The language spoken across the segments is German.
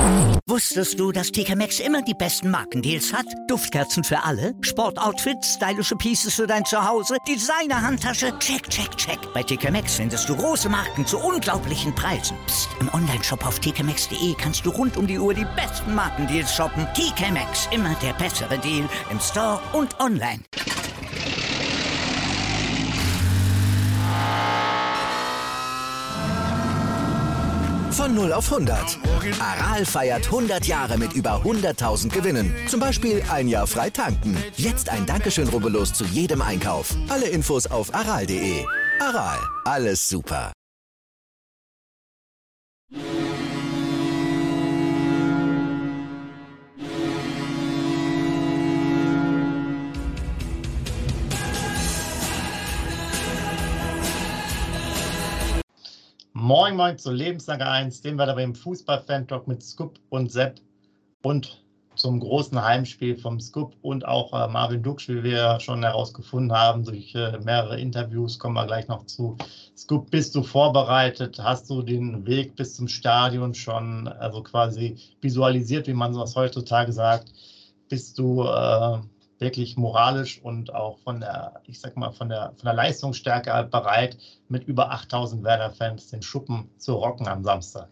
Wusstest du, dass TK Maxx immer die besten Markendeals hat? Duftkerzen für alle, Sportoutfits, stylische Pieces für dein Zuhause, Designer-Handtasche, check, check, check. Bei TK Maxx findest du große Marken zu unglaublichen Preisen. Psst. Im Onlineshop auf tkmaxx.de kannst du rund um die Uhr die besten Markendeals shoppen. TK Maxx, immer der bessere Deal im Store und online. Von 0 auf 100. Aral feiert 100 Jahre mit über 100.000 Gewinnen. Zum Beispiel ein Jahr frei tanken. Jetzt ein Dankeschön, rubbellos zu jedem Einkauf. Alle Infos auf aral.de. Aral, alles super. Moin Moin zu Lebenslager 1, den wir da beim Fußball-Fan-Talk mit Scoop und Sepp und zum großen Heimspiel vom Scoop und auch Marvin Duksch, wie wir schon herausgefunden haben, durch mehrere Interviews, kommen wir gleich noch zu. Scoop, bist du vorbereitet? Hast du den Weg bis zum Stadion schon, also quasi visualisiert, wie man sowas heutzutage sagt? Bist du wirklich moralisch und auch von der, ich sag mal, von der Leistungsstärke halt bereit, mit über 8000 Werder-Fans den Schuppen zu rocken am Samstag?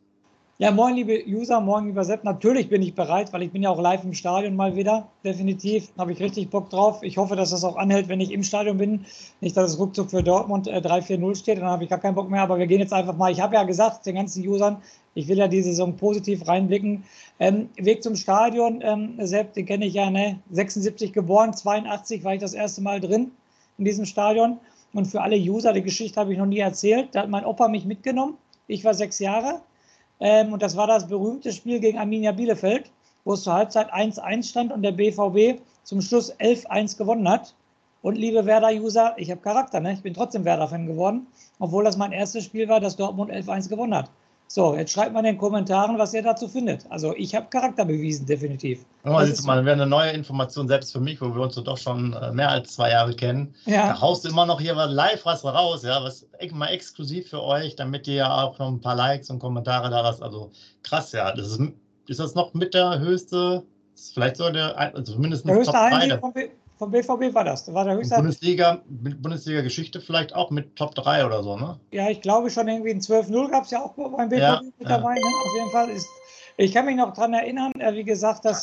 Ja, moin liebe User, moin lieber Sepp. Natürlich bin ich bereit, weil ich bin ja auch live im Stadion mal wieder. Definitiv habe ich richtig Bock drauf. Ich hoffe, dass das auch anhält, wenn ich im Stadion bin. Nicht, dass es ruckzuck für Dortmund 3-4-0 steht, dann habe ich gar keinen Bock mehr. Aber wir gehen jetzt einfach mal. Ich habe ja gesagt, den ganzen Usern, ich will ja die Saison positiv reinblicken. Weg zum Stadion, Sepp, den kenne ich ja, ne? 76 geboren, 82 war ich das erste Mal drin in diesem Stadion. Und für alle User, die Geschichte habe ich noch nie erzählt. Da hat mein Opa mich mitgenommen. Ich war 6 Jahre. Und das war das berühmte Spiel gegen Arminia Bielefeld, wo es zur Halbzeit 1-1 stand und der BVB zum Schluss 11-1 gewonnen hat. Und liebe Werder-User, ich habe Charakter, ne? Ich bin trotzdem Werder-Fan geworden, obwohl das mein erstes Spiel war, das Dortmund 11-1 gewonnen hat. So, jetzt schreibt mal in den Kommentaren, was ihr dazu findet. Also ich habe Charakter bewiesen, definitiv. Das ist mal eine neue Information, selbst für mich, wo wir uns doch schon mehr als 2 Jahre kennen. Ja. Da haust du immer noch hier live was raus, ja, was mal exklusiv für euch, damit ihr ja auch noch ein paar Likes und Kommentare da lasst. Also krass, ja. Ist das noch mit der höchste, vielleicht so also mindestens der höchste Top 3 vom BVB war das. Das war der höchste. Bundesliga-Geschichte vielleicht auch mit Top 3 oder so, ne? Ja, ich glaube schon irgendwie ein 12-0 gab es ja auch beim BVB mit dabei. Ne? Auf jeden Fall ich kann mich noch daran erinnern, wie gesagt, dass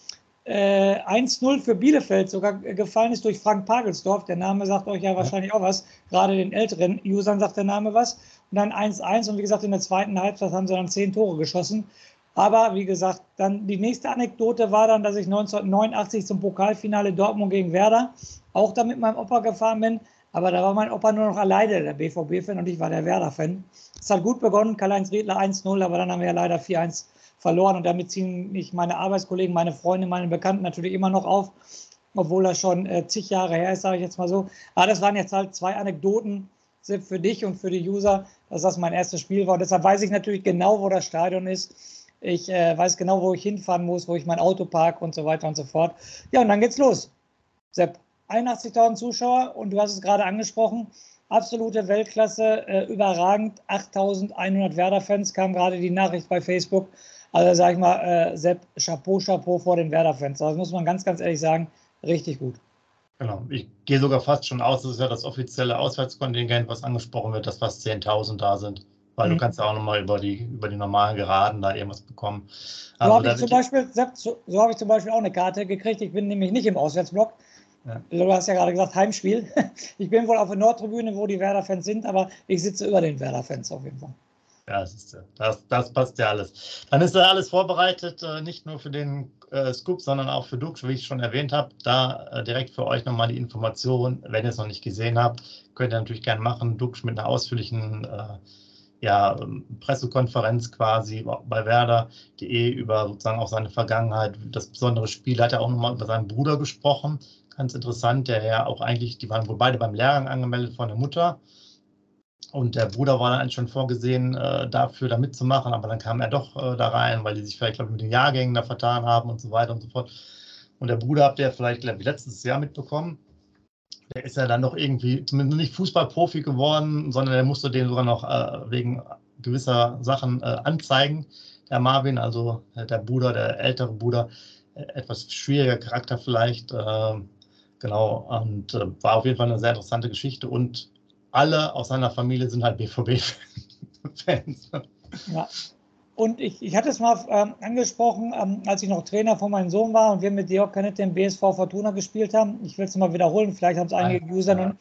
1-0 für Bielefeld sogar gefallen ist durch Frank Pagelsdorf. Der Name sagt euch ja wahrscheinlich auch was. Gerade den älteren Usern sagt der Name was. Und dann 1-1 und wie gesagt, in der zweiten Halbzeit haben sie dann 10 Tore geschossen. Aber wie gesagt, dann die nächste Anekdote war dann, dass ich 1989 zum Pokalfinale Dortmund gegen Werder auch da mit meinem Opa gefahren bin. Aber da war mein Opa nur noch alleine der BVB-Fan und ich war der Werder-Fan. Es hat gut begonnen, Karl-Heinz Riedler 1-0, aber dann haben wir ja leider 4-1 verloren. Und damit ziehen mich meine Arbeitskollegen, meine Freunde, meine Bekannten natürlich immer noch auf, obwohl das schon zig Jahre her ist, sage ich jetzt mal so. Aber das waren jetzt halt 2 Anekdoten für dich und für die User, dass das mein erstes Spiel war. Und deshalb weiß ich natürlich genau, wo das Stadion ist. Ich weiß genau, wo ich hinfahren muss, wo ich mein Auto parke und so weiter und so fort. Ja, und dann geht's los. Sepp, 81.000 Zuschauer und du hast es gerade angesprochen. Absolute Weltklasse, überragend. 8.100 Werder-Fans, kam gerade die Nachricht bei Facebook. Also sag ich mal, Sepp, Chapeau vor den Werder-Fans. Das muss man ganz, ganz ehrlich sagen, richtig gut. Genau, ich gehe sogar fast schon aus, das ist ja das offizielle Auswärtskontingent, was angesprochen wird, dass fast 10.000 da sind. Weil du kannst ja auch nochmal über die normalen Geraden da irgendwas bekommen. Also so habe ich zum Beispiel auch eine Karte gekriegt. Ich bin nämlich nicht im Auswärtsblock. Ja. Du hast ja gerade gesagt, Heimspiel. Ich bin wohl auf der Nordtribüne, wo die Werder-Fans sind, aber ich sitze über den Werder-Fans auf jeden Fall. Ja, das passt ja alles. Dann ist ja alles vorbereitet, nicht nur für den Scoop, sondern auch für Duksch, wie ich schon erwähnt habe. Da direkt für euch nochmal die Information. Wenn ihr es noch nicht gesehen habt, könnt ihr natürlich gerne machen. Duksch mit einer ausführlichen Pressekonferenz quasi bei Werder.de über sozusagen auch seine Vergangenheit. Das besondere Spiel hat er auch nochmal über seinen Bruder gesprochen. Ganz interessant, der ja auch eigentlich, die waren wohl beide beim Lehrgang angemeldet von der Mutter. Und der Bruder war dann eigentlich schon vorgesehen, dafür da mitzumachen, aber dann kam er doch da rein, weil die sich vielleicht, glaube ich, mit den Jahrgängen da vertan haben und so weiter und so fort. Und der Bruder habt ihr vielleicht, glaube ich, letztes Jahr mitbekommen. Der ist ja dann doch irgendwie, zumindest nicht Fußballprofi geworden, sondern der musste den sogar noch wegen gewisser Sachen anzeigen. der Marvin, also der Bruder, der ältere Bruder, etwas schwieriger Charakter vielleicht, genau, und war auf jeden Fall eine sehr interessante Geschichte und alle aus seiner Familie sind halt BVB-Fans. Ja. Und ich hatte es mal angesprochen, als ich noch Trainer von meinem Sohn war und wir mit Georg Canette im BSV Fortuna gespielt haben. Ich will es mal wiederholen, vielleicht haben es einige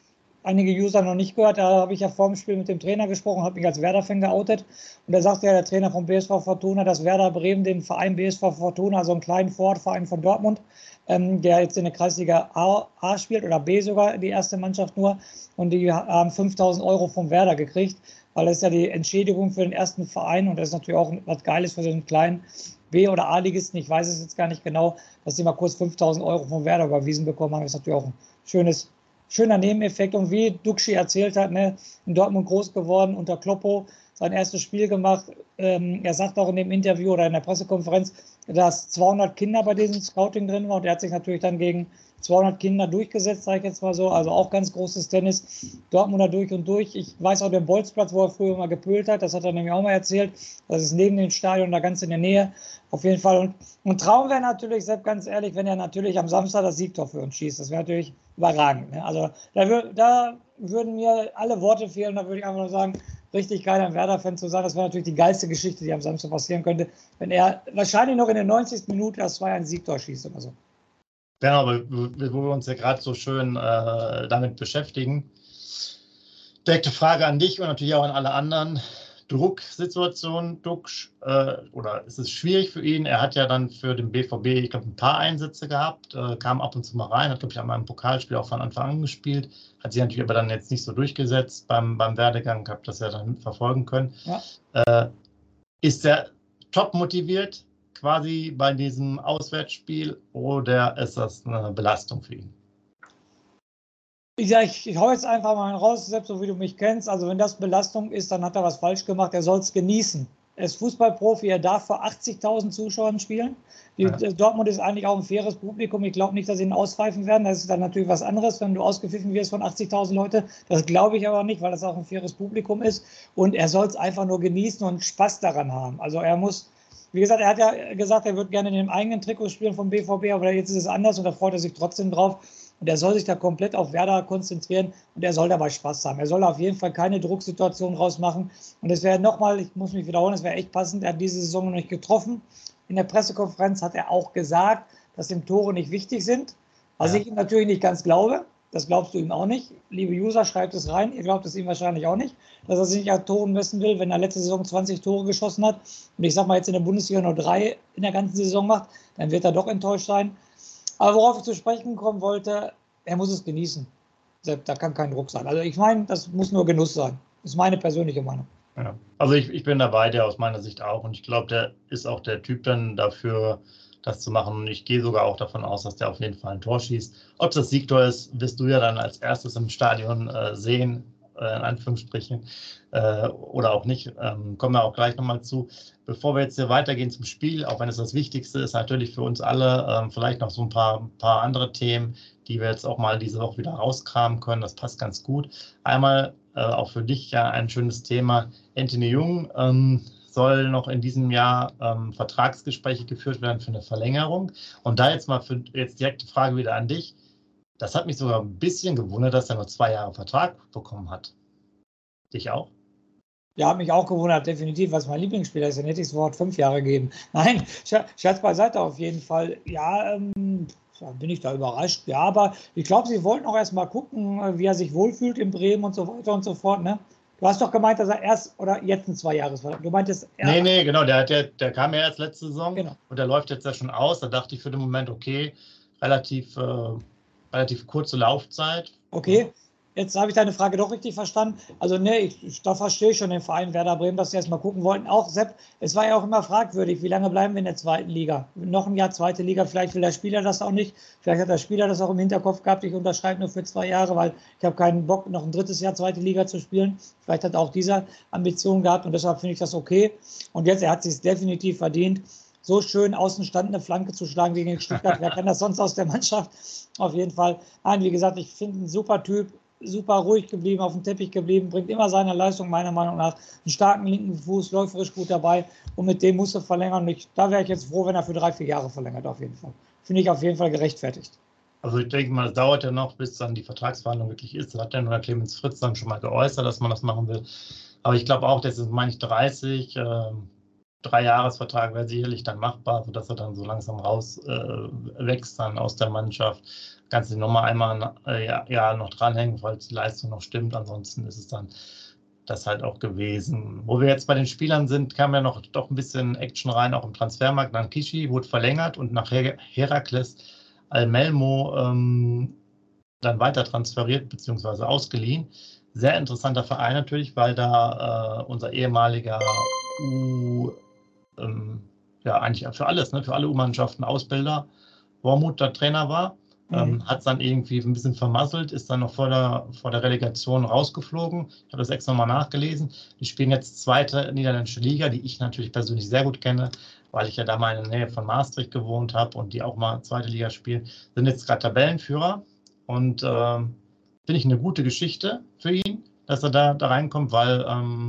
User noch nicht gehört. Da habe ich ja vor dem Spiel mit dem Trainer gesprochen, habe mich als Werder-Fan geoutet. Und da sagte ja der Trainer vom BSV Fortuna, dass Werder Bremen den Verein BSV Fortuna, also einen kleinen Vorortverein von Dortmund, der jetzt in der Kreisliga A spielt oder B sogar, die erste Mannschaft nur. Und die haben 5.000 € vom Werder gekriegt, weil das ist ja die Entschädigung für den ersten Verein und das ist natürlich auch was Geiles für so einen kleinen B- oder A-Ligisten, ich weiß es jetzt gar nicht genau, dass sie mal kurz 5.000 € vom Werder überwiesen bekommen haben. Das ist natürlich auch ein schöner Nebeneffekt. Und wie Duxchi erzählt hat, ne, in Dortmund groß geworden, unter Kloppo sein erstes Spiel gemacht. Er sagt auch in dem Interview oder in der Pressekonferenz, dass 200 Kinder bei diesem Scouting drin waren und er hat sich natürlich dann gegen 200 Kinder durchgesetzt, sage ich jetzt mal so, also auch ganz großes Tennis, Dortmunder durch und durch. Ich weiß auch den Bolzplatz, wo er früher mal gepölt hat, das hat er nämlich auch mal erzählt, das ist neben dem Stadion, da ganz in der Nähe, auf jeden Fall. Und Traum wäre natürlich, Sepp, ganz ehrlich, wenn er natürlich am Samstag das Siegtor für uns schießt, das wäre natürlich überragend. Ne? Also da würden mir alle Worte fehlen, da würde ich einfach nur sagen, richtig geil, ein Werder-Fan zu sein, das wäre natürlich die geilste Geschichte, die am Samstag passieren könnte, wenn er wahrscheinlich noch in der 90. Minute das 2-1 Siegtor schießt oder so. Genau, wo wir uns ja gerade so schön damit beschäftigen. Direkte Frage an dich und natürlich auch an alle anderen. Drucksituation, Duxch, oder ist es schwierig für ihn? Er hat ja dann für den BVB, ich glaube, ein paar Einsätze gehabt, kam ab und zu mal rein, hat, glaube ich, an meinem Pokalspiel auch von Anfang an gespielt, hat sich natürlich aber dann jetzt nicht so durchgesetzt beim Werdegang, habe das ja dann verfolgen können. Ja. Ist er top motiviert quasi bei diesem Auswärtsspiel oder ist das eine Belastung für ihn? Ich hau jetzt einfach mal raus, selbst so wie du mich kennst. Also wenn das Belastung ist, dann hat er was falsch gemacht. Er soll es genießen. Er ist Fußballprofi, er darf vor 80.000 Zuschauern spielen. Dortmund ist eigentlich auch ein faires Publikum. Ich glaube nicht, dass sie ihn auspfeifen werden. Das ist dann natürlich was anderes, wenn du ausgepfiffen wirst von 80.000 Leute. Das glaube ich aber nicht, weil das auch ein faires Publikum ist. Und er soll es einfach nur genießen und Spaß daran haben. Also er muss, wie gesagt, er hat ja gesagt, er würde gerne in dem eigenen Trikot spielen vom BVB, aber jetzt ist es anders und da freut er sich trotzdem drauf. Und er soll sich da komplett auf Werder konzentrieren und er soll dabei Spaß haben. Er soll auf jeden Fall keine Drucksituation rausmachen. Und es wäre nochmal, ich muss mich wiederholen, es wäre echt passend, er hat diese Saison noch nicht getroffen. In der Pressekonferenz hat er auch gesagt, dass ihm Tore nicht wichtig sind. Was ich ihm natürlich nicht ganz glaube. Das glaubst du ihm auch nicht. Liebe User, schreibt es rein. Ihr glaubt es ihm wahrscheinlich auch nicht, dass er sich nicht an Toren messen will, wenn er letzte Saison 20 Tore geschossen hat. Und ich sag mal, jetzt in der Bundesliga nur 3 in der ganzen Saison macht, dann wird er doch enttäuscht sein. Aber worauf ich zu sprechen kommen wollte, er muss es genießen. Da kann kein Druck sein. Also ich meine, das muss nur Genuss sein. Das ist meine persönliche Meinung. Ja. Also ich bin dabei, der aus meiner Sicht auch. Und ich glaube, der ist auch der Typ dann dafür, das zu machen. Und ich gehe sogar auch davon aus, dass der auf jeden Fall ein Tor schießt. Ob das Siegtor ist, wirst du ja dann als erstes im Stadion sehen, in Anführungsstrichen, oder auch nicht. Kommen wir auch gleich nochmal zu. Bevor wir jetzt hier weitergehen zum Spiel, auch wenn es das Wichtigste ist, natürlich für uns alle, vielleicht noch so ein paar andere Themen, die wir jetzt auch mal diese Woche wieder rauskramen können. Das passt ganz gut. Einmal auch für dich ja ein schönes Thema. Anthony Jung soll noch in diesem Jahr Vertragsgespräche geführt werden für eine Verlängerung. Und da jetzt mal jetzt direkt die Frage wieder an dich. Das hat mich sogar ein bisschen gewundert, dass er nur 2 Jahre Vertrag bekommen hat. Dich auch? Ja, hat mich auch gewundert, definitiv, was mein Lieblingsspieler ist. Dann hätte ich das Wort 5 Jahre geben. Nein, Scherz beiseite auf jeden Fall. Ja, bin ich da überrascht. Ja, aber ich glaube, sie wollten auch erst mal gucken, wie er sich wohlfühlt in Bremen und so weiter und so fort. Ne? Du hast doch gemeint, dass er erst oder jetzt ein 2-Jahres-Vertrag. Du meintest erst. Nee, genau. Der kam ja erst letzte Saison genau. Und der läuft jetzt ja schon aus. Da dachte ich für den Moment, okay, relativ kurze Laufzeit. Okay, jetzt habe ich deine Frage doch richtig verstanden. Also da verstehe ich schon den Verein Werder Bremen, dass sie erst mal gucken wollten. Auch Sepp, es war ja auch immer fragwürdig, wie lange bleiben wir in der 2. Liga? Noch ein Jahr 2. Liga, vielleicht will der Spieler das auch nicht. Vielleicht hat der Spieler das auch im Hinterkopf gehabt, ich unterschreibe nur für 2 Jahre, weil ich habe keinen Bock, noch ein 3. Jahr 2. Liga zu spielen. Vielleicht hat er auch diese Ambition gehabt und deshalb finde ich das okay. Und jetzt, er hat es sich definitiv verdient, so schön außen stand eine Flanke zu schlagen gegen Stuttgart. Wer kann das sonst aus der Mannschaft? Auf jeden Fall. Nein, wie gesagt, ich finde einen super Typ. super ruhig geblieben, auf dem Teppich geblieben, bringt immer seine Leistung meiner Meinung nach. Einen starken linken Fuß, läuferisch gut dabei und mit dem muss er verlängern. Da wäre ich jetzt froh, wenn er für 3-4 Jahre verlängert, auf jeden Fall. Finde ich auf jeden Fall gerechtfertigt. Also ich denke mal, es dauert ja noch, bis dann die Vertragsverhandlung wirklich ist. Das hat ja nur der Clemens Fritz dann schon mal geäußert, dass man das machen will. Aber ich glaube auch, das ist, meine ich, 30, 3-Jahresvertrag wäre sicherlich dann machbar, sodass er dann so langsam raus wächst dann aus der Mannschaft. Kannst du nochmal einmal noch dranhängen, falls die Leistung noch stimmt. Ansonsten ist es dann das halt auch gewesen. Wo wir jetzt bei den Spielern sind, kam ja noch doch ein bisschen Action rein, auch im Transfermarkt. Nankishi wurde verlängert und nach Herakles Almelmo dann weiter transferiert bzw. ausgeliehen. Sehr interessanter Verein natürlich, weil da unser ehemaliger eigentlich für alles, ne, für alle U-Mannschaften Ausbilder, Wormuth der Trainer war, hat es dann irgendwie ein bisschen vermasselt, ist dann noch vor der Relegation rausgeflogen. Ich habe das extra mal nachgelesen. Die spielen jetzt zweite niederländische Liga, die ich natürlich persönlich sehr gut kenne, weil ich ja da mal in der Nähe von Maastricht gewohnt habe und die auch mal zweite Liga spielen, sind jetzt gerade Tabellenführer und finde ich eine gute Geschichte für ihn, dass er da reinkommt, weil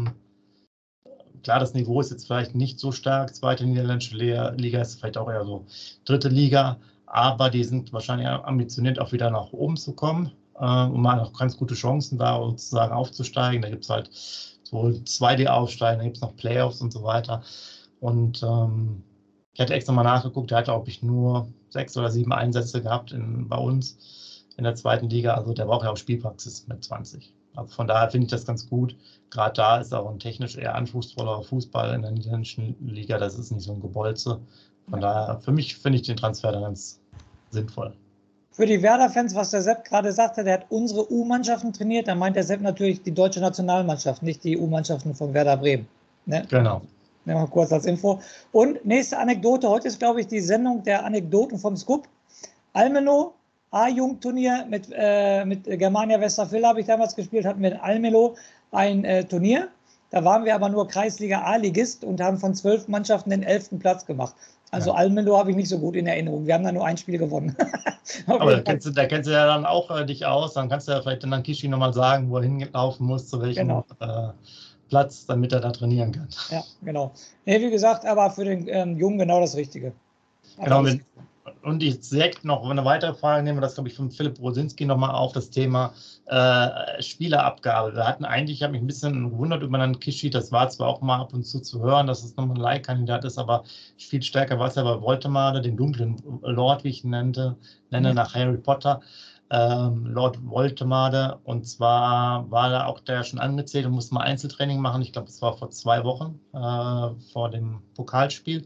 klar, das Niveau ist jetzt vielleicht nicht so stark, zweite niederländische Liga ist vielleicht auch eher so dritte Liga, aber die sind wahrscheinlich ambitioniert, auch wieder nach oben zu kommen und mal noch ganz gute Chancen da sozusagen aufzusteigen. Da gibt es halt so 2D-Aufsteigen, da gibt es noch Playoffs und so weiter. Und ich hatte extra mal nachgeguckt, der hatte, glaube ich, nur 6 oder 7 Einsätze gehabt bei uns in der zweiten Liga. Also der braucht ja auch Spielpraxis mit 20. Also von daher finde ich das ganz gut. Gerade da ist auch ein technisch eher anspruchsvoller Fußball in der niederländischen Liga. Das ist nicht so ein Gebolze. Von daher, für mich finde ich den Transfer dann ganz sinnvoll. Für die Werder-Fans, was der Sepp gerade sagte, der hat unsere U-Mannschaften trainiert. Da meint der Sepp natürlich die deutsche Nationalmannschaft, nicht die U-Mannschaften von Werder Bremen. Ne? Genau. Mal kurz als Info. Und nächste Anekdote. Heute ist, glaube ich, die Sendung der Anekdoten vom Scoop. Almelo, A-Jugend-Turnier mit Germania Westerville habe ich damals gespielt, hatten wir in Almelo ein Turnier. Da waren wir aber nur Kreisliga A-Ligist und haben von 12 Mannschaften den 11. Platz gemacht. Also ja. Almelo habe ich nicht so gut in Erinnerung. Wir haben da nur ein Spiel gewonnen. Aber da kennst du ja dann auch dich aus. Dann kannst du ja vielleicht den Nankishi nochmal sagen, wo er hinlaufen muss, zu welchem Platz, damit er da trainieren kann. Ja, genau. Nee, wie gesagt, aber für den Jungen genau das Richtige. Genau, und ich direkt noch eine weitere Frage, nehmen wir das, glaube ich, von Philipp Rosinski nochmal auf, das Thema Spielerabgabe. Ich habe mich ein bisschen gewundert über Nankishi, das war zwar auch mal ab und zu hören, dass es nochmal ein Leihkandidat ist, aber viel stärker war es ja bei Woltemade, den dunklen Lord, wie ich ihn nenne nach Harry Potter. Lord Woltemade, und zwar war da auch der schon angezählt und musste mal Einzeltraining machen. Ich glaube, das war vor 2 Wochen vor dem Pokalspiel.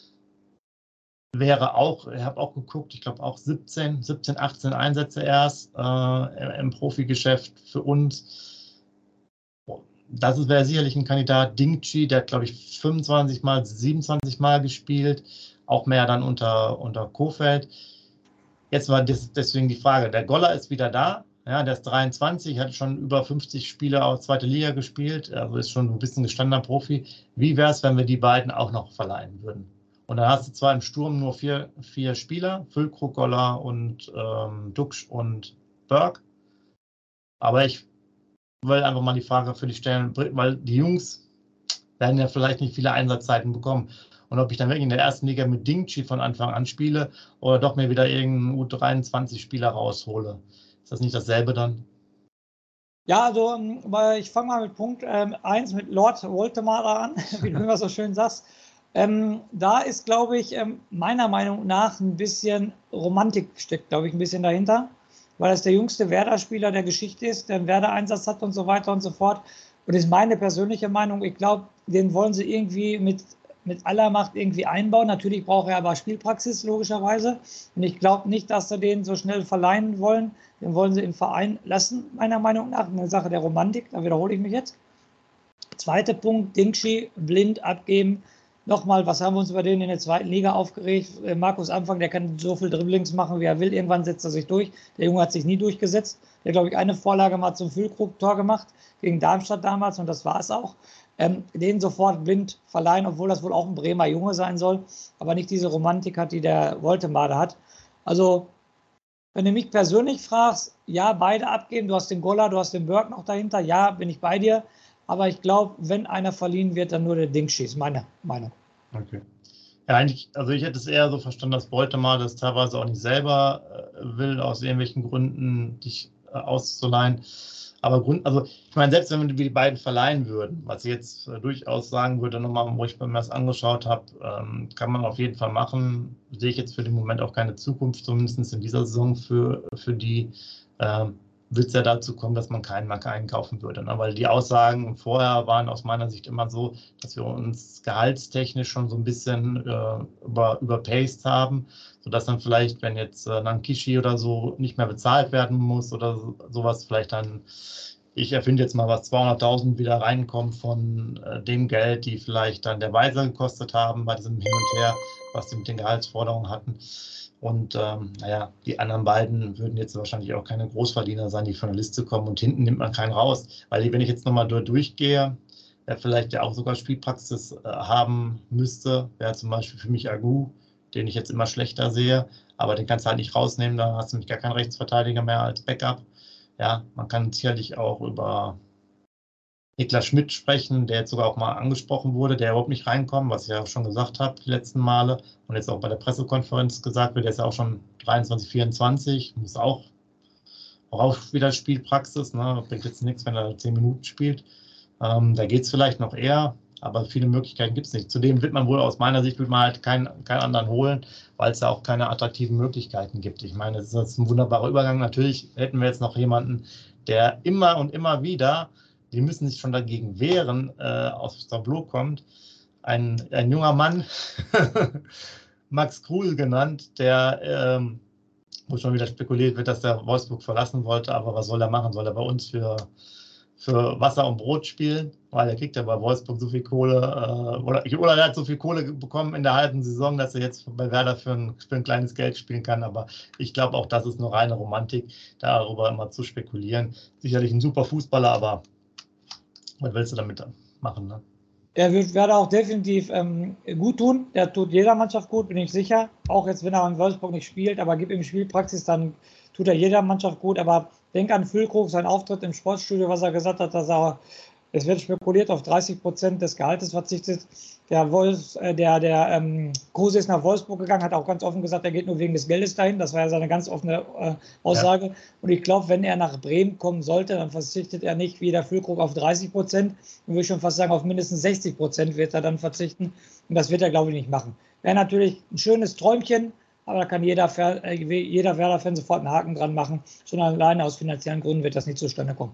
Wäre auch, ich habe auch geguckt, ich glaube auch 17, 18 Einsätze erst im Profigeschäft für uns. Das wäre sicherlich ein Kandidat. Dingchi, der hat, glaube ich, 25 Mal, 27 Mal gespielt, auch mehr dann unter Kofeld. Jetzt war deswegen die Frage, der Goller ist wieder da, ja, der ist 23, hat schon über 50 Spiele aus zweiter Liga gespielt, also ist schon ein bisschen gestandener Profi. Wie wäre es, wenn wir die beiden auch noch verleihen würden? Und dann hast du zwar im Sturm nur 4 Spieler, Füllkrug, Goller und Duksch und Berg. Aber ich will einfach mal die Frage für dich stellen, weil die Jungs werden ja vielleicht nicht viele Einsatzzeiten bekommen. Und ob ich dann wirklich in der ersten Liga mit Dingchi von Anfang an spiele oder doch mir wieder irgendeinen U23-Spieler raushole. Ist das nicht dasselbe dann? Ja, also ich fange mal mit Punkt 1 mit Lord Woltemade an, wie du immer so schön sagst. Da ist, glaube ich, meiner Meinung nach ein bisschen Romantik steckt, glaube ich, ein bisschen dahinter, weil es der jüngste Werder-Spieler der Geschichte ist, der einen Werder-Einsatz hat und so weiter und so fort. Und das ist meine persönliche Meinung. Ich glaube, den wollen sie irgendwie mit aller Macht irgendwie einbauen. Natürlich braucht er aber Spielpraxis, logischerweise. Und ich glaube nicht, dass sie den so schnell verleihen wollen. Den wollen sie im Verein lassen, meiner Meinung nach. Eine Sache der Romantik, da wiederhole ich mich jetzt. Zweiter Punkt, Dingchi blind abgeben. Nochmal, was haben wir uns über den in der zweiten Liga aufgeregt? Markus Anfang, der kann so viel Dribblings machen, wie er will. Irgendwann setzt er sich durch. Der Junge hat sich nie durchgesetzt. Der hat, glaube ich, eine Vorlage mal zum Füllkrug-Tor gemacht, gegen Darmstadt damals, und das war es auch. Den sofort blind verleihen, obwohl das wohl auch ein Bremer Junge sein soll, aber nicht diese Romantik hat, die der Woltemade hat. Also Wenn du mich persönlich fragst, ja, beide abgeben. Du hast den Goller, du hast den Burke noch dahinter. Ja, bin ich bei dir. Aber ich glaube, wenn einer verliehen wird, dann nur der Dingschieß. Meine Meinung. Okay. Ja, eigentlich, also ich hätte es eher so verstanden, dass Beutemann das teilweise auch nicht selber will, aus irgendwelchen Gründen dich auszuleihen. Aber also ich meine, selbst wenn wir die beiden verleihen würden, was ich jetzt durchaus sagen würde, nochmal, wo ich mir das angeschaut habe, kann man auf jeden Fall machen. Sehe ich jetzt für den Moment auch keine Zukunft, zumindest in dieser Saison für die. Wird es ja dazu kommen, dass man keinen Marke einkaufen würde. Ne? Weil die Aussagen vorher waren aus meiner Sicht immer so, dass wir uns gehaltstechnisch schon so ein bisschen überpaced haben, sodass dann vielleicht, wenn jetzt Nankishi oder so nicht mehr bezahlt werden muss oder sowas, vielleicht dann, ich erfinde jetzt mal was, 200.000 wieder reinkommt von dem Geld, die vielleicht dann der Weiser gekostet haben bei diesem Hin und Her, was sie mit den Gehaltsforderungen hatten. Und die anderen beiden würden jetzt wahrscheinlich auch keine Großverdiener sein, die von der Liste kommen. Und hinten nimmt man keinen raus. Weil wenn ich jetzt nochmal durchgehe, wer vielleicht ja auch sogar Spielpraxis haben müsste, wäre zum Beispiel für mich Agu, den ich jetzt immer schlechter sehe. Aber den kannst du halt nicht rausnehmen, da hast du nämlich gar keinen Rechtsverteidiger mehr als Backup. Ja, man kann sicherlich auch über Niklas Schmidt sprechen, der jetzt sogar auch mal angesprochen wurde, der überhaupt nicht reinkommt, was ich ja auch schon gesagt habe die letzten Male und jetzt auch bei der Pressekonferenz gesagt wird, der ist ja auch schon 23, 24, muss auch wieder Spielpraxis, ne? Bringt jetzt nichts, wenn er 10 Minuten spielt. Da geht es vielleicht noch eher, aber viele Möglichkeiten gibt es nicht. Zudem wird man wohl aus meiner Sicht halt keinen anderen holen, weil es da auch keine attraktiven Möglichkeiten gibt. Ich meine, es ist ein wunderbarer Übergang. Natürlich hätten wir jetzt noch jemanden, der immer und immer wieder, die müssen sich schon dagegen wehren, aus Tableau kommt. Ein junger Mann, Max Kruse genannt, der, wo schon wieder spekuliert wird, dass der Wolfsburg verlassen wollte, aber was soll er machen? Soll er bei uns für Wasser und Brot spielen? Weil er kriegt ja bei Wolfsburg so viel Kohle, oder er hat so viel Kohle bekommen in der halben Saison, dass er jetzt bei Werder für ein kleines Geld spielen kann. Aber ich glaube auch, das ist nur reine Romantik, darüber immer zu spekulieren. Sicherlich ein super Fußballer, aber was willst du damit machen? Ne? Er wird Werder auch definitiv gut tun. Der tut jeder Mannschaft gut, bin ich sicher. Auch jetzt, wenn er in Wolfsburg nicht spielt, aber gibt ihm Spielpraxis, dann tut er jeder Mannschaft gut. Aber denk an Füllkrug, sein Auftritt im Sportstudio, was er gesagt hat, dass es wird spekuliert, auf 30% des Gehaltes verzichtet. Der Kruse ist nach Wolfsburg gegangen, hat auch ganz offen gesagt, er geht nur wegen des Geldes dahin. Das war ja seine ganz offene Aussage. Ja. Und ich glaube, wenn er nach Bremen kommen sollte, dann verzichtet er nicht wie der Füllkrug auf 30%. Und würde ich schon fast sagen, auf mindestens 60% wird er dann verzichten. Und das wird er, glaube ich, nicht machen. Wäre natürlich ein schönes Träumchen, aber da kann jeder Werder-Fan sofort einen Haken dran machen. Schon alleine aus finanziellen Gründen wird das nicht zustande kommen.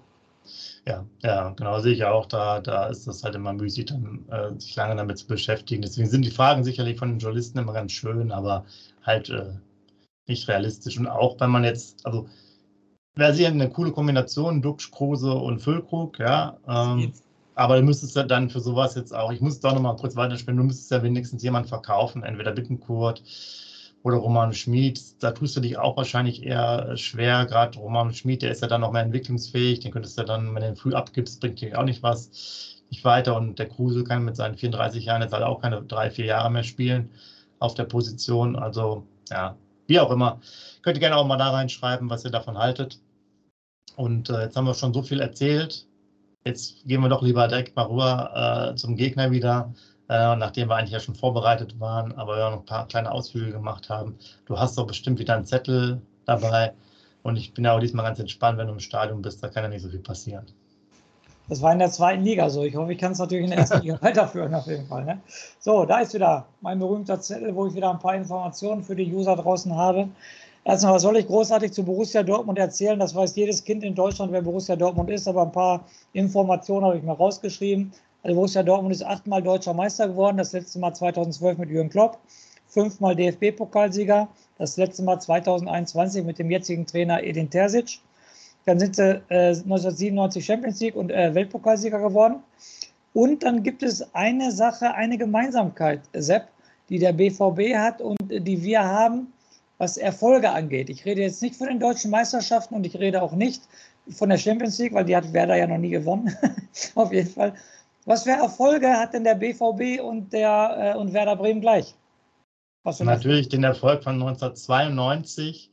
Ja, genau, sehe ich auch. Da ist das halt immer müßig, dann sich lange damit zu beschäftigen. Deswegen sind die Fragen sicherlich von den Journalisten immer ganz schön, aber halt nicht realistisch. Und auch wenn man jetzt, also wäre sicher eine coole Kombination, Duxch, Kruse und Füllkrug, ja. Aber du müsstest ja dann für sowas jetzt auch, ich muss es doch nochmal kurz weiterspielen, du müsstest ja wenigstens jemanden verkaufen, entweder Bittencourt oder Roman Schmid, da tust du dich auch wahrscheinlich eher schwer. Gerade Roman Schmid, der ist ja dann noch mehr entwicklungsfähig. Den könntest du dann, wenn du den früh abgibst, bringt dir auch nicht weiter. Und der Kruse kann mit seinen 34 Jahren jetzt halt auch keine 3-4 Jahre mehr spielen auf der Position. Also, ja, wie auch immer. Könnt ihr gerne auch mal da reinschreiben, was ihr davon haltet. Und jetzt haben wir schon so viel erzählt. Jetzt gehen wir doch lieber direkt mal rüber zum Gegner wieder. Nachdem wir eigentlich ja schon vorbereitet waren, aber wir noch ein paar kleine Ausflüge gemacht haben. Du hast doch bestimmt wieder einen Zettel dabei und ich bin ja auch diesmal ganz entspannt, wenn du im Stadion bist, da kann ja nicht so viel passieren. Das war in der 2. Liga so. Ich hoffe, ich kann es natürlich in der 1. Liga weiterführen auf jeden Fall. Ne? So, da ist wieder mein berühmter Zettel, wo ich wieder ein paar Informationen für die User draußen habe. Erstmal, was soll ich großartig zu Borussia Dortmund erzählen? Das weiß jedes Kind in Deutschland, wer Borussia Dortmund ist, aber ein paar Informationen habe ich mir rausgeschrieben. Also Borussia Dortmund ist 8-mal deutscher Meister geworden, das letzte Mal 2012 mit Jürgen Klopp, 5-mal DFB-Pokalsieger, das letzte Mal 2021 mit dem jetzigen Trainer Edin Terzic. Dann sind sie 1997 Champions League und Weltpokalsieger geworden. Und dann gibt es eine Sache, eine Gemeinsamkeit, Sepp, die der BVB hat und die wir haben, was Erfolge angeht. Ich rede jetzt nicht von den deutschen Meisterschaften und ich rede auch nicht von der Champions League, weil die hat Werder ja noch nie gewonnen, auf jeden Fall. Was für Erfolge hat denn der BVB und Werder Bremen gleich? Natürlich den Erfolg von 1992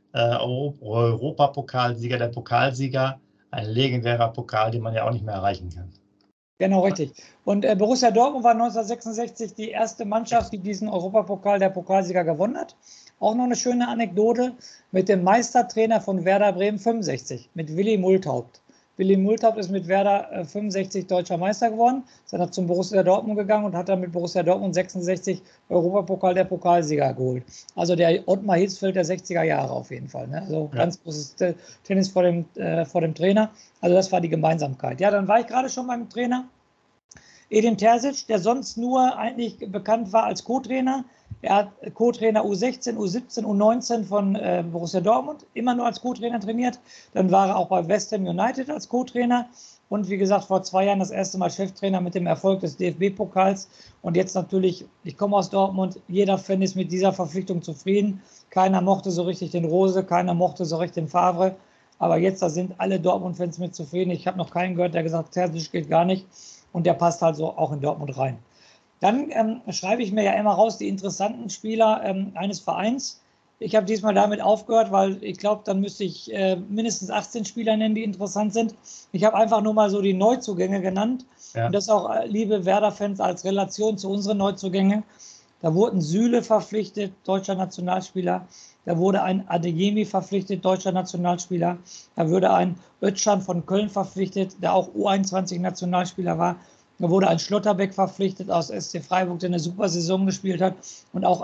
Europapokalsieger, der Pokalsieger, ein legendärer Pokal, den man ja auch nicht mehr erreichen kann. Genau, richtig. Und Borussia Dortmund war 1966 die erste Mannschaft, die diesen Europapokal der Pokalsieger gewonnen hat. Auch noch eine schöne Anekdote mit dem Meistertrainer von Werder Bremen 65, mit Willi Multhaupt. Willi Multhaupt ist mit Werder 65 deutscher Meister geworden, ist dann zum Borussia Dortmund gegangen und hat dann mit Borussia Dortmund 66 Europapokal der Pokalsieger geholt. Also der Ottmar Hitzfeld der 60er Jahre auf jeden Fall. Ne? Also ganz großes Tennis vor dem Trainer. Also das war die Gemeinsamkeit. Ja, dann war ich gerade schon beim Trainer Edin Terzic, der sonst nur eigentlich bekannt war als Co-Trainer. Er hat Co-Trainer U16, U17, U19 von Borussia Dortmund, immer nur als Co-Trainer trainiert. Dann war er auch bei West Ham United als Co-Trainer. Und wie gesagt, vor 2 Jahren das erste Mal Cheftrainer mit dem Erfolg des DFB-Pokals. Und jetzt natürlich, ich komme aus Dortmund, jeder Fan ist mit dieser Verpflichtung zufrieden. Keiner mochte so richtig den Rose, keiner mochte so richtig den Favre. Aber jetzt, da sind alle Dortmund-Fans mit zufrieden. Ich habe noch keinen gehört, der gesagt hat, Terzic geht gar nicht. Und der passt halt so auch in Dortmund rein. Dann schreibe ich mir ja immer raus die interessanten Spieler eines Vereins. Ich habe diesmal damit aufgehört, weil ich glaube, dann müsste ich mindestens 18 Spieler nennen, die interessant sind. Ich habe einfach nur mal so die Neuzugänge genannt. Ja. Und das auch, liebe Werder-Fans, als Relation zu unseren Neuzugängen. Da wurden Süle verpflichtet, deutscher Nationalspieler. Da wurde ein Adeyemi verpflichtet, deutscher Nationalspieler. Da wurde ein Özcan von Köln verpflichtet, der auch U21-Nationalspieler war. Da wurde ein Schlotterbeck verpflichtet aus SC Freiburg, der eine super Saison gespielt hat und auch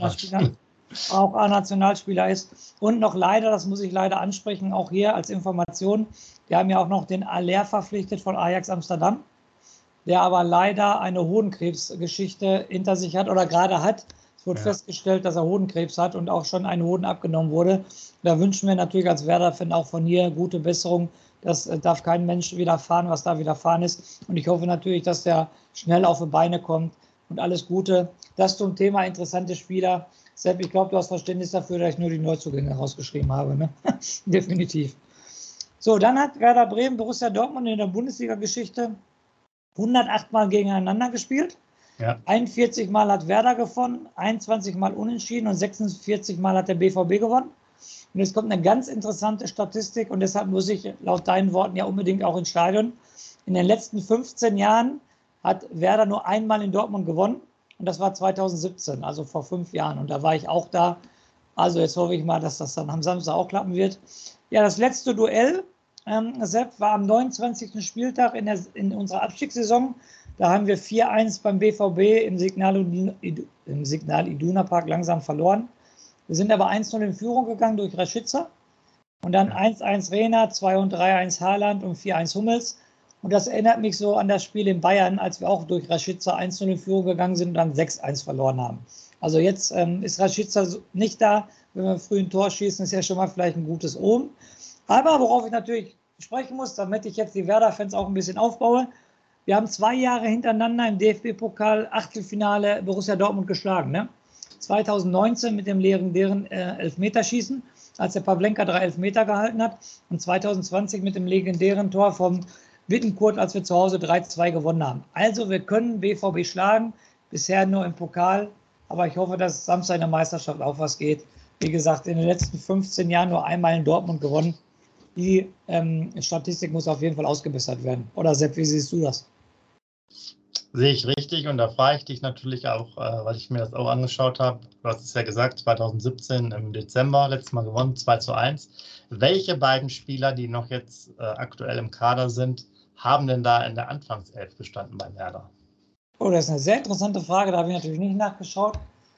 A-Nationalspieler ist. Und noch leider, das muss ich leider ansprechen, auch hier als Information, wir haben ja auch noch den Aller verpflichtet von Ajax Amsterdam, der aber leider eine Hodenkrebsgeschichte hinter sich hat oder gerade hat. Es wurde festgestellt, dass er Hodenkrebs hat und auch schon ein Hoden abgenommen wurde. Da wünschen wir natürlich als Werder-Fan auch von hier gute Besserung. Das darf kein Mensch widerfahren, was da widerfahren ist. Und ich hoffe natürlich, dass der schnell auf die Beine kommt und alles Gute. Das zum Thema interessante Spieler. Sepp, ich glaube, du hast Verständnis dafür, dass ich nur die Neuzugänge rausgeschrieben habe. Ne? Definitiv. So, dann hat Werder Bremen, Borussia Dortmund in der Bundesliga-Geschichte 108 Mal gegeneinander gespielt. Ja. 41 Mal hat Werder gewonnen, 21 Mal unentschieden und 46 Mal hat der BVB gewonnen. Und jetzt kommt eine ganz interessante Statistik und deshalb muss ich laut deinen Worten ja unbedingt auch ins Stadion. In den letzten 15 Jahren hat Werder nur einmal in Dortmund gewonnen und das war 2017, also vor 5 Jahren. Und da war ich auch da. Also jetzt hoffe ich mal, dass das dann am Samstag auch klappen wird. Ja, das letzte Duell, Sepp, war am 29. Spieltag in unserer Abstiegssaison. Da haben wir 4-1 beim BVB im Signal Iduna Park langsam verloren. Wir sind aber 1-0 in Führung gegangen durch Rashica und dann 1-1 Rehner, 2 und 3-1 Haaland und 4-1 Hummels. Und das erinnert mich so an das Spiel in Bayern, als wir auch durch Rashica 1-0 in Führung gegangen sind und dann 6-1 verloren haben. Also jetzt ist Rashica nicht da. Wenn wir früh ein Tor schießen, ist ja schon mal vielleicht ein gutes Omen. Aber worauf ich natürlich sprechen muss, damit ich jetzt die Werder-Fans auch ein bisschen aufbaue. Wir haben 2 Jahre hintereinander im DFB-Pokal Achtelfinale Borussia Dortmund geschlagen. Ne? 2019 mit dem legendären Elfmeterschießen, als der Pavlenka 3 Elfmeter gehalten hat. Und 2020 mit dem legendären Tor vom Bittencourt, als wir zu Hause 3-2 gewonnen haben. Also wir können BVB schlagen, bisher nur im Pokal. Aber ich hoffe, dass Samstag in der Meisterschaft auch was geht. Wie gesagt, in den letzten 15 Jahren nur einmal in Dortmund gewonnen. Die Statistik muss auf jeden Fall ausgebessert werden. Oder Sepp, wie siehst du das? Sehe ich richtig und da frage ich dich natürlich auch, weil ich mir das auch angeschaut habe. Du hast es ja gesagt, 2017 im Dezember, letztes Mal gewonnen, 2-1. Welche beiden Spieler, die noch jetzt aktuell im Kader sind, haben denn da in der Anfangself gestanden bei Werder? Oh, das ist eine sehr interessante Frage, da habe ich natürlich nicht nachgeschaut.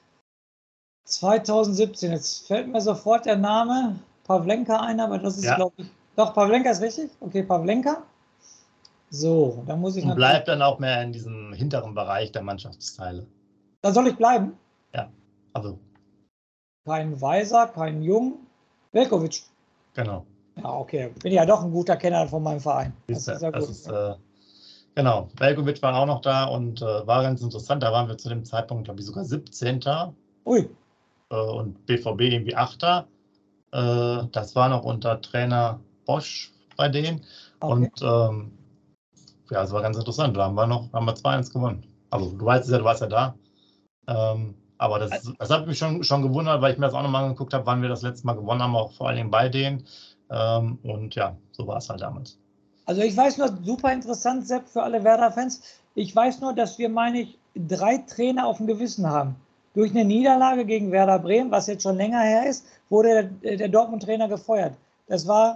2017, jetzt fällt mir sofort der Name Pavlenka ein, aber das ist, glaube ich, doch, Pavlenka ist richtig. Okay, Pavlenka. So, dann muss ich. Und bleibt dann auch mehr in diesem hinteren Bereich der Mannschaftsteile. Da soll ich bleiben? Ja, also. Kein Weiser, kein Jung. Veljković. Genau. Ja, okay. Bin ja doch ein guter Kenner von meinem Verein. Das ist ja gut. Genau. Veljković war auch noch da und war ganz interessant. Da waren wir zu dem Zeitpunkt, glaube ich, sogar 17. Ui. Und BVB irgendwie 8. Das war noch unter Trainer Bosch bei denen. Okay. Und ja, es war ganz interessant. Da haben wir 2-1 gewonnen. Also du weißt es ja, du warst ja da. Aber das hat mich schon gewundert, weil ich mir das auch nochmal angeguckt habe, wann wir das letzte Mal gewonnen haben, auch vor allen Dingen bei denen. Und ja, so war es halt damals. Also ich weiß nur, super interessant, Sepp, für alle Werder-Fans. Ich weiß nur, dass wir, meine ich, 3 Trainer auf dem Gewissen haben. Durch eine Niederlage gegen Werder Bremen, was jetzt schon länger her ist, wurde der Dortmund-Trainer gefeuert. Das war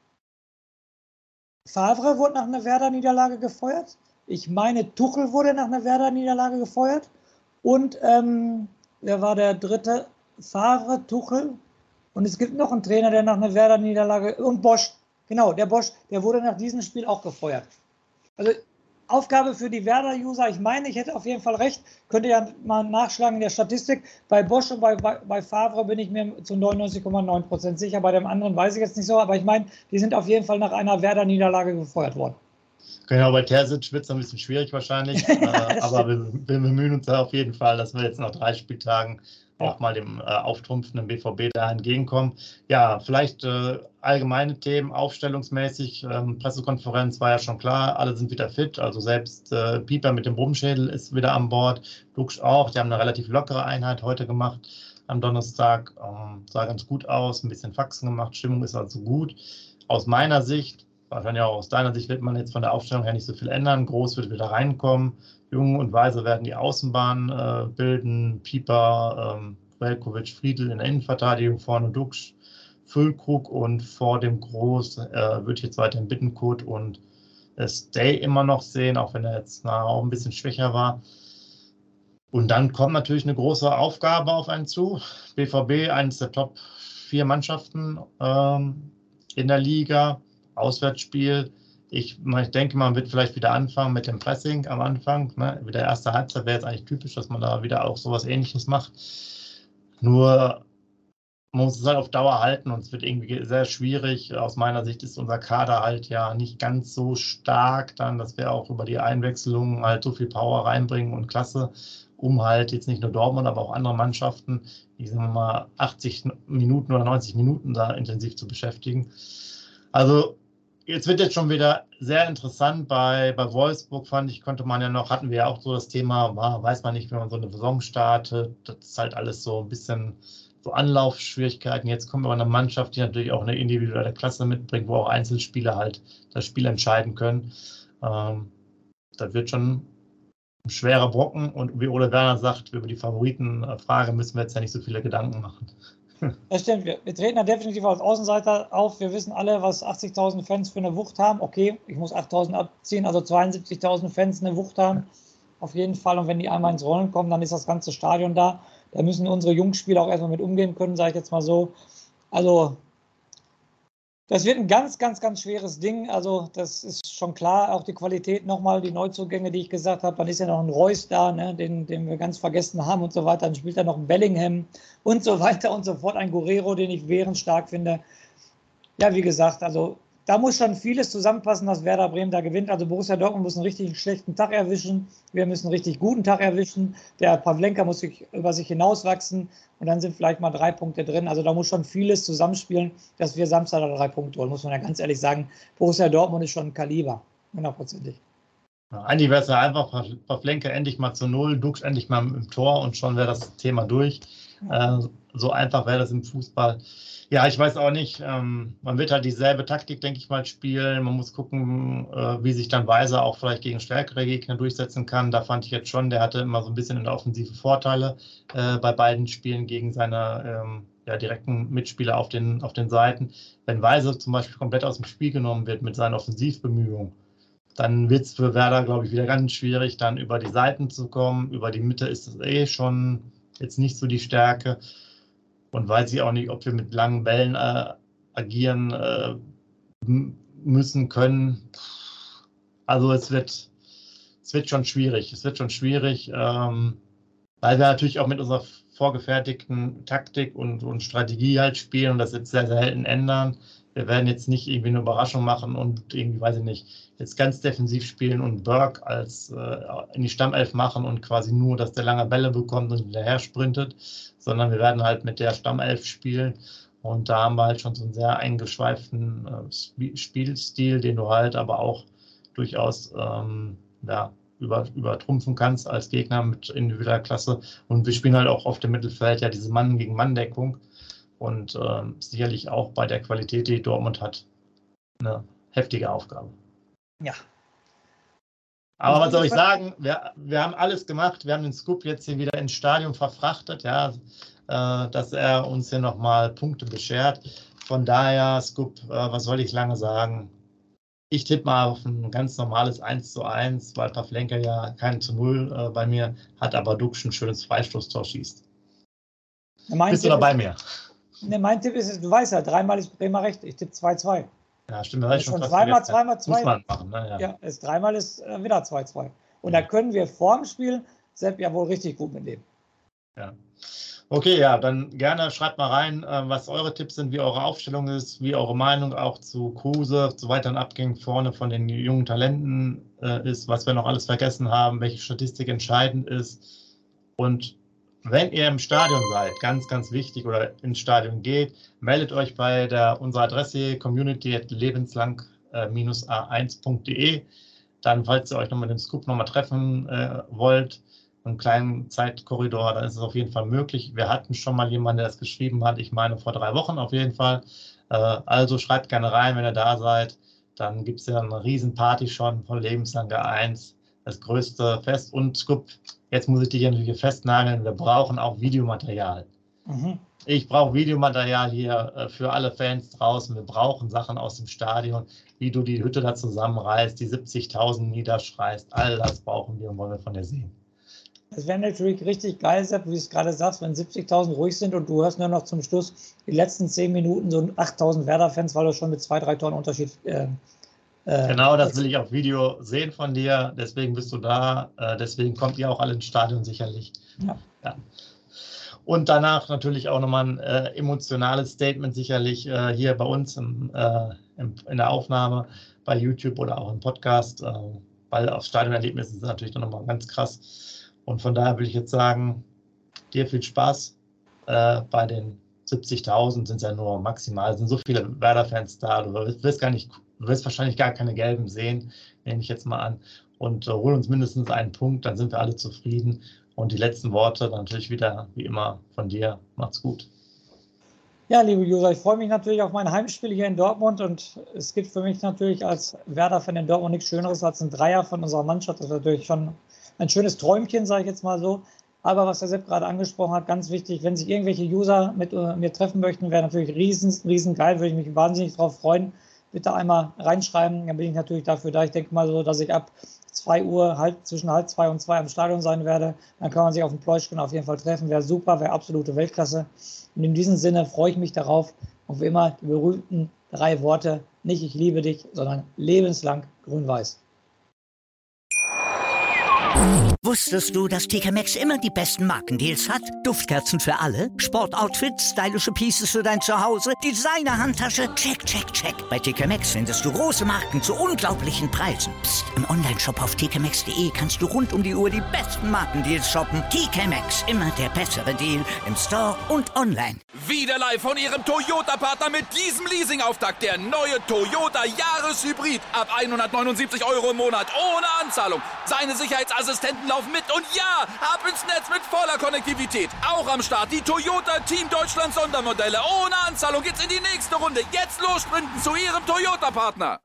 Favre wurde nach einer Werder-Niederlage gefeuert. Ich meine, Tuchel wurde nach einer Werder-Niederlage gefeuert. Und wer war der dritte? Favre, Tuchel. Und es gibt noch einen Trainer, der nach einer Werder-Niederlage, und Bosch. Genau, der Bosch, der wurde nach diesem Spiel auch gefeuert. Also Aufgabe für die Werder-User, ich meine, ich hätte auf jeden Fall recht, könnt ihr ja mal nachschlagen in der Statistik. Bei Bosch und bei Favre bin ich mir zu 99,9% sicher, bei dem anderen weiß ich jetzt nicht so, aber ich meine, die sind auf jeden Fall nach einer Werder-Niederlage gefeuert worden. Genau, bei Terzic wird es ein bisschen schwierig wahrscheinlich, aber wir bemühen uns da auf jeden Fall, dass wir jetzt nach 3 Spieltagen auch mal dem auftrumpfenden BVB da entgegenkommen. Ja, vielleicht allgemeine Themen, aufstellungsmäßig. Pressekonferenz war ja schon klar, alle sind wieder fit. Also selbst Pieper mit dem Brummschädel ist wieder an Bord. Lux auch. Die haben eine relativ lockere Einheit heute gemacht am Donnerstag. Sah ganz gut aus, ein bisschen Faxen gemacht. Stimmung ist also gut. Aus meiner Sicht, wahrscheinlich auch aus deiner Sicht, wird man jetzt von der Aufstellung her nicht so viel ändern. Groß wird wieder reinkommen. Jung und Weise werden die Außenbahn bilden. Pieper, Veljkovic, Friedl in der Innenverteidigung, vorne Dux, Füllkrug und vor dem Groß würde ich jetzt weiterhin Bittenkurt und Stay immer noch sehen, auch wenn er jetzt auch ein bisschen schwächer war. Und dann kommt natürlich eine große Aufgabe auf einen zu. BVB, eines der Top 4 Mannschaften in der Liga, Auswärtsspiel. Ich denke, man wird vielleicht wieder anfangen mit dem Pressing am Anfang. Ne? Wieder erste Halbzeit wäre jetzt eigentlich typisch, dass man da wieder auch sowas Ähnliches macht. Nur man muss es halt auf Dauer halten und es wird irgendwie sehr schwierig. Aus meiner Sicht ist unser Kader halt ja nicht ganz so stark dann, dass wir auch über die Einwechslung halt so viel Power reinbringen und Klasse, um halt jetzt nicht nur Dortmund, aber auch andere Mannschaften, die sagen wir mal 80 Minuten oder 90 Minuten da intensiv zu beschäftigen. Also jetzt wird jetzt schon wieder sehr interessant. Bei Wolfsburg hatten wir ja auch so das Thema, weiß man nicht, wenn man so eine Saison startet. Das ist halt alles so ein bisschen so Anlaufschwierigkeiten. Jetzt kommen wir eine Mannschaft, die natürlich auch eine individuelle Klasse mitbringt, wo auch Einzelspieler halt das Spiel entscheiden können. Das wird schon ein schwerer Brocken. Und wie Ole Werner sagt, über die Favoritenfrage müssen wir jetzt ja nicht so viele Gedanken machen. Das stimmt, wir treten da definitiv als Außenseiter auf. Wir wissen alle, was 80.000 Fans für eine Wucht haben. Okay, ich muss 8.000 abziehen, also 72.000 Fans eine Wucht haben. Auf jeden Fall. Und wenn die einmal ins Rollen kommen, dann ist das ganze Stadion da. Da müssen unsere Jungspieler auch erstmal mit umgehen können, sage ich jetzt mal so. Also, das wird ein ganz, ganz, ganz schweres Ding. Also, das ist schon klar. Auch die Qualität nochmal, die Neuzugänge, die ich gesagt habe. Dann ist ja noch ein Reus da, ne, den wir ganz vergessen haben und so weiter. Dann spielt da noch ein Bellingham und so weiter und so fort. Ein Guerrero, den ich stark finde. Ja, wie gesagt, also da muss schon vieles zusammenpassen, dass Werder Bremen da gewinnt. Also Borussia Dortmund muss einen richtig schlechten Tag erwischen. Wir müssen einen richtig guten Tag erwischen. Der Pavlenka muss über sich hinauswachsen. Und dann sind vielleicht mal 3 Punkte drin. Also da muss schon vieles zusammenspielen, dass wir Samstag da 3 Punkte holen. Muss man ja ganz ehrlich sagen. Borussia Dortmund ist schon ein Kaliber. 100%. Eigentlich wäre es ja einfach, Pavlenka endlich mal zu 0, Dux endlich mal im Tor und schon wäre das Thema durch. So einfach wäre das im Fußball. Ja, ich weiß auch nicht. Man wird halt dieselbe Taktik, denke ich mal, spielen. Man muss gucken, wie sich dann Weiser auch vielleicht gegen stärkere Gegner durchsetzen kann. Da fand ich jetzt schon, der hatte immer so ein bisschen in der Offensive Vorteile bei beiden Spielen gegen seine direkten Mitspieler auf den Seiten. Wenn Weiser zum Beispiel komplett aus dem Spiel genommen wird mit seinen Offensivbemühungen, dann wird es für Werder, glaube ich, wieder ganz schwierig, dann über die Seiten zu kommen. Über die Mitte ist es schon jetzt nicht so die Stärke. Und weiß ich auch nicht, ob wir mit langen Bällen agieren müssen können. Also es wird schon schwierig. Es wird schon schwierig, weil wir natürlich auch mit unserer vorgefertigten Taktik und Strategie halt spielen und das jetzt sehr, sehr selten ändern. Wir werden jetzt nicht irgendwie eine Überraschung machen und irgendwie, weiß ich nicht, jetzt ganz defensiv spielen und Burke als in die Stammelf machen und quasi nur, dass der lange Bälle bekommt und hinterher sprintet, sondern wir werden halt mit der Stammelf spielen und da haben wir halt schon so einen sehr eingeschweiften Spielstil, den du halt aber auch durchaus übertrumpfen kannst als Gegner mit individueller Klasse. Und wir spielen halt auch auf dem Mittelfeld ja diese Mann-gegen-Mann-Deckung und sicherlich auch bei der Qualität, die Dortmund hat, eine heftige Aufgabe. Ja. Aber was soll ich sagen, wir haben alles gemacht, wir haben den Scoop jetzt hier wieder ins Stadion verfrachtet, ja, dass er uns hier nochmal Punkte beschert. Von daher, Scoop, was soll ich lange sagen? Ich tippe mal auf ein ganz normales 1:1, weil Pavlenka ja kein 0 bei mir hat, aber Duksch ein schönes Freistoßtor schießt. Bist du da bei mir? Ne, mein Tipp ist, du weißt ja, 3-mal ist Bremer recht, ich tippe 2:2. Ja, stimmt, das ist schon fast 2x2. Muss man machen, ne? Ja, 3-mal ist wieder 2:2. Und da können wir vorm Spiel Sepp ja wohl richtig gut mitnehmen. Ja. Okay, ja, dann gerne schreibt mal rein, was eure Tipps sind, wie eure Aufstellung ist, wie eure Meinung auch zu Kruse, zu weiteren Abgängen vorne von den jungen Talenten ist, was wir noch alles vergessen haben, welche Statistik entscheidend ist. Und wenn ihr im Stadion seid, ganz, ganz wichtig, oder ins Stadion geht, meldet euch bei unserer Adresse community@lebenslang-a1.de. Dann, falls ihr euch noch mit dem Scoop nochmal treffen wollt, einen kleinen Zeitkorridor, dann ist es auf jeden Fall möglich. Wir hatten schon mal jemanden, der das geschrieben hat, ich meine vor 3 Wochen auf jeden Fall. Also schreibt gerne rein, wenn ihr da seid. Dann gibt es ja eine Riesenparty schon von Lebenslang A1, das größte Fest. Und Scoop, jetzt muss ich dich natürlich festnageln, wir brauchen auch Videomaterial. Mhm. Ich brauche Videomaterial hier für alle Fans draußen. Wir brauchen Sachen aus dem Stadion, wie du die Hütte da zusammenreißt, die 70.000 niederschreist. All das brauchen wir und wollen wir von dir sehen. Es wäre natürlich richtig geil, Sepp, wie du es gerade sagst, wenn 70.000 ruhig sind und du hörst nur noch zum Schluss die letzten 10 Minuten so 8.000 Werder-Fans, weil du schon mit 2-3 Toren Unterschied... genau, das will ich auf Video sehen von dir. Deswegen bist du da. Deswegen kommt ihr auch alle ins Stadion sicherlich. Ja. Ja. Und danach natürlich auch nochmal ein emotionales Statement sicherlich hier bei uns in der Aufnahme bei YouTube oder auch im Podcast, weil aufs Stadionerlebnis ist natürlich nochmal ganz krass. Und von daher will ich jetzt sagen, dir viel Spaß. Bei den 70.000 sind es ja nur maximal, sind so viele Werder-Fans da. Du wirst wahrscheinlich gar keine Gelben sehen, nehme ich jetzt mal an. Und hol uns mindestens einen Punkt, dann sind wir alle zufrieden. Und die letzten Worte dann natürlich wieder, wie immer, von dir. Macht's gut. Ja, liebe User, ich freue mich natürlich auf mein Heimspiel hier in Dortmund. Und es gibt für mich natürlich als Werder-Fan in Dortmund nichts Schöneres als ein Dreier von unserer Mannschaft. Das ist natürlich schon ein schönes Träumchen, sage ich jetzt mal so. Aber was der Sepp gerade angesprochen hat, ganz wichtig, wenn sich irgendwelche User mit mir treffen möchten, wäre natürlich riesen geil, würde ich mich wahnsinnig drauf freuen. Bitte einmal reinschreiben, dann bin ich natürlich dafür da. Ich denke mal so, dass ich ab 2 Uhr, zwischen 1:30 und 2 am Stadion sein werde. Dann kann man sich auf dem Pläuschchen auf jeden Fall treffen. Wäre super, wäre absolute Weltklasse. Und in diesem Sinne freue ich mich darauf, auf immer die berühmten 3 Worte, nicht ich liebe dich, sondern lebenslang grün-weiß. Wusstest du, dass TK Maxx immer die besten Markendeals hat? Duftkerzen für alle, Sportoutfits, stylische Pieces für dein Zuhause, Designer-Handtasche, check. Bei TK Maxx findest du große Marken zu unglaublichen Preisen. Psst. Im Onlineshop auf tkmaxx.de kannst du rund um die Uhr die besten Markendeals shoppen. TK Maxx, immer der bessere Deal im Store und online. Wieder live von Ihrem Toyota-Partner mit diesem Leasing-Auftakt. Der neue Toyota Jahreshybrid. Ab 179 € im Monat ohne Anzahlung. Seine Sicherheitsassistenten laufen mit und ja, ab ins Netz mit voller Konnektivität. Auch am Start die Toyota Team Deutschland Sondermodelle. Ohne Anzahlung geht's in die nächste Runde. Jetzt los sprinten zu Ihrem Toyota-Partner.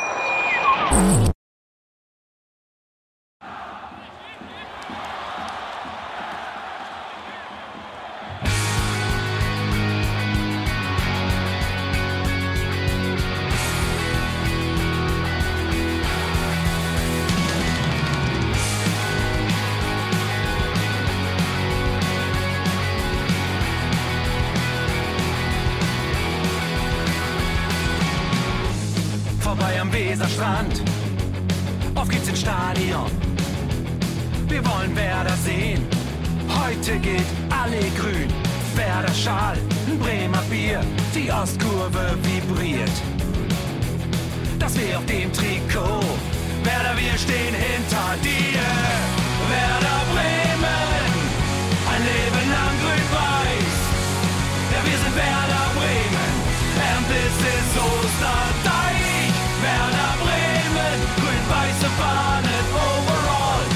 Vorbei am Weserstrand, auf geht's ins Stadion. Wir wollen Werder sehen, heute geht alle grün. Werder Schal, ein Bremer Bier, die Ostkurve vibriert. Das weh auf dem Trikot, Werder, wir stehen hinter dir. Werder Bremen, ein Leben lang grün-weiß. Ja, wir sind Werder Bremen, and this is Osterdeich. Werder Bremen, grün-weiße Fahnen overall.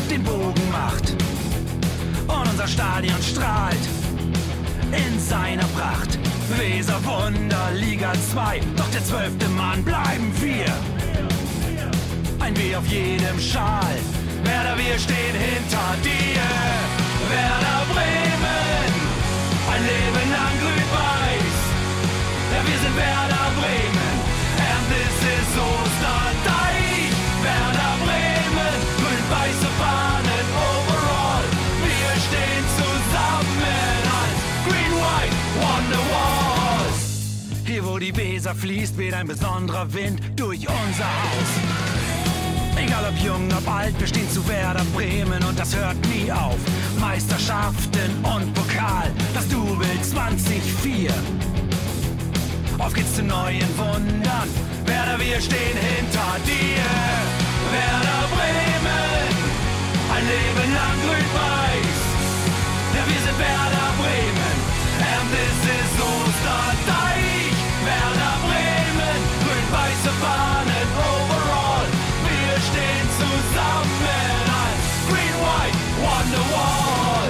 den Bogen macht. Und unser Stadion strahlt in seiner Pracht. Weser Wunder, Liga 2, doch der 12. Mann bleiben wir. Ein W auf jedem Schal, Werder, wir stehen hinter dir. Werder Bremen, ein Leben lang grün-weiß. Ja, wir sind Werder Bremen, and this is Osterdeich. Werder Bremen, grün-weiße Fahnen overall. Wir stehen zusammen als Green White Wonderwalls. Hier wo die Weser fließt, weht ein besonderer Wind durch unser Haus. Egal ob jung, ob alt, wir stehen zu Werder Bremen und das hört nie auf. Meisterschaften und Pokal, das Double 2004. Auf geht's zu neuen Wundern, Werder, wir stehen hinter dir. Werder Bremen, ein Leben lang grün-weiß. Ja, wir sind Werder Bremen, and this is Osterdeich. Werder Bremen, grün-weiße Fahnen overall. Wir stehen zusammen als Green White Wonderwall.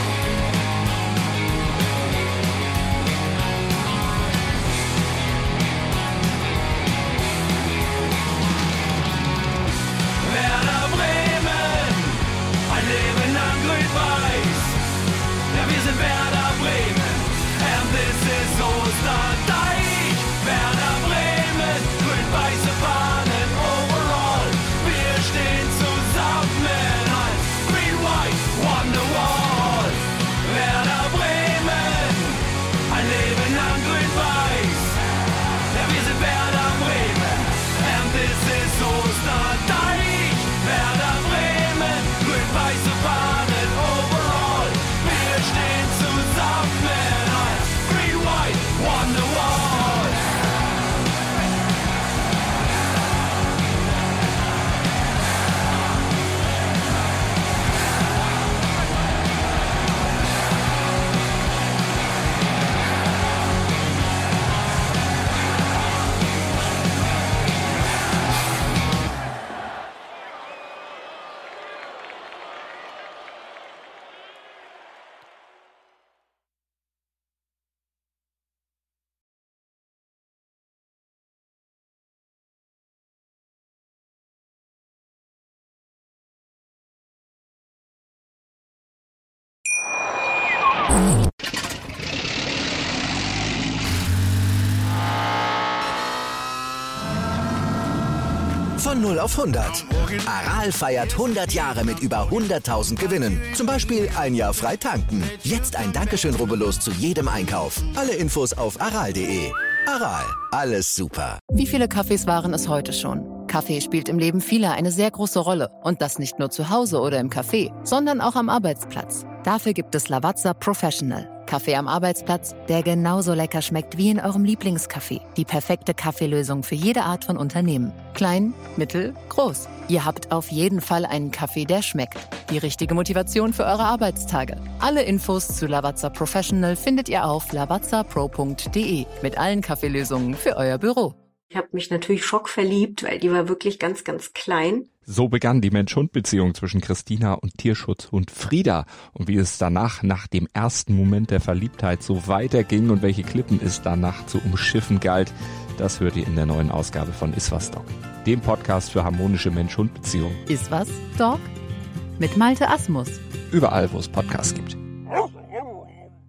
Werder Bremen, ein Leben lang grün-weiß. Ja, wir sind Werder Bremen, and this is Osterdeich. Werder Bremen, grün-weiße Fahnen overall. Wir stehen zusammen als Green White Wonderwall. Werder Bremen, ein Leben lang grün-weiß. Ja, wir sind Werder Bremen, and this is Osterdeich. Werder Bremen, grün-weiße Fahnen overall. Wir stehen zusammen als Green White Wonderwall. Von 0 auf 100. Aral feiert 100 Jahre mit über 100.000 Gewinnen. Zum Beispiel ein Jahr frei tanken. Jetzt ein Dankeschön, rubbellos zu jedem Einkauf. Alle Infos auf aral.de. Aral, alles super. Wie viele Kaffees waren es heute schon? Kaffee spielt im Leben vieler eine sehr große Rolle. Und das nicht nur zu Hause oder im Café, sondern auch am Arbeitsplatz. Dafür gibt es Lavazza Professional. Kaffee am Arbeitsplatz, der genauso lecker schmeckt wie in eurem Lieblingscafé. Die perfekte Kaffeelösung für jede Art von Unternehmen. Klein, mittel, groß. Ihr habt auf jeden Fall einen Kaffee, der schmeckt. Die richtige Motivation für eure Arbeitstage. Alle Infos zu Lavazza Professional findet ihr auf lavazzapro.de mit allen Kaffeelösungen für euer Büro. Ich habe mich natürlich schockverliebt, weil die war wirklich ganz, ganz klein. So begann die Mensch-Hund-Beziehung zwischen Christina und Tierschutzhund Frieda. Und wie es danach, nach dem ersten Moment der Verliebtheit, so weiterging und welche Klippen es danach zu umschiffen galt, das hört ihr in der neuen Ausgabe von Iswas Dog, dem Podcast für harmonische Mensch-Hund-Beziehungen. Iswas Dog? Mit Malte Asmus. Überall, wo es Podcasts gibt.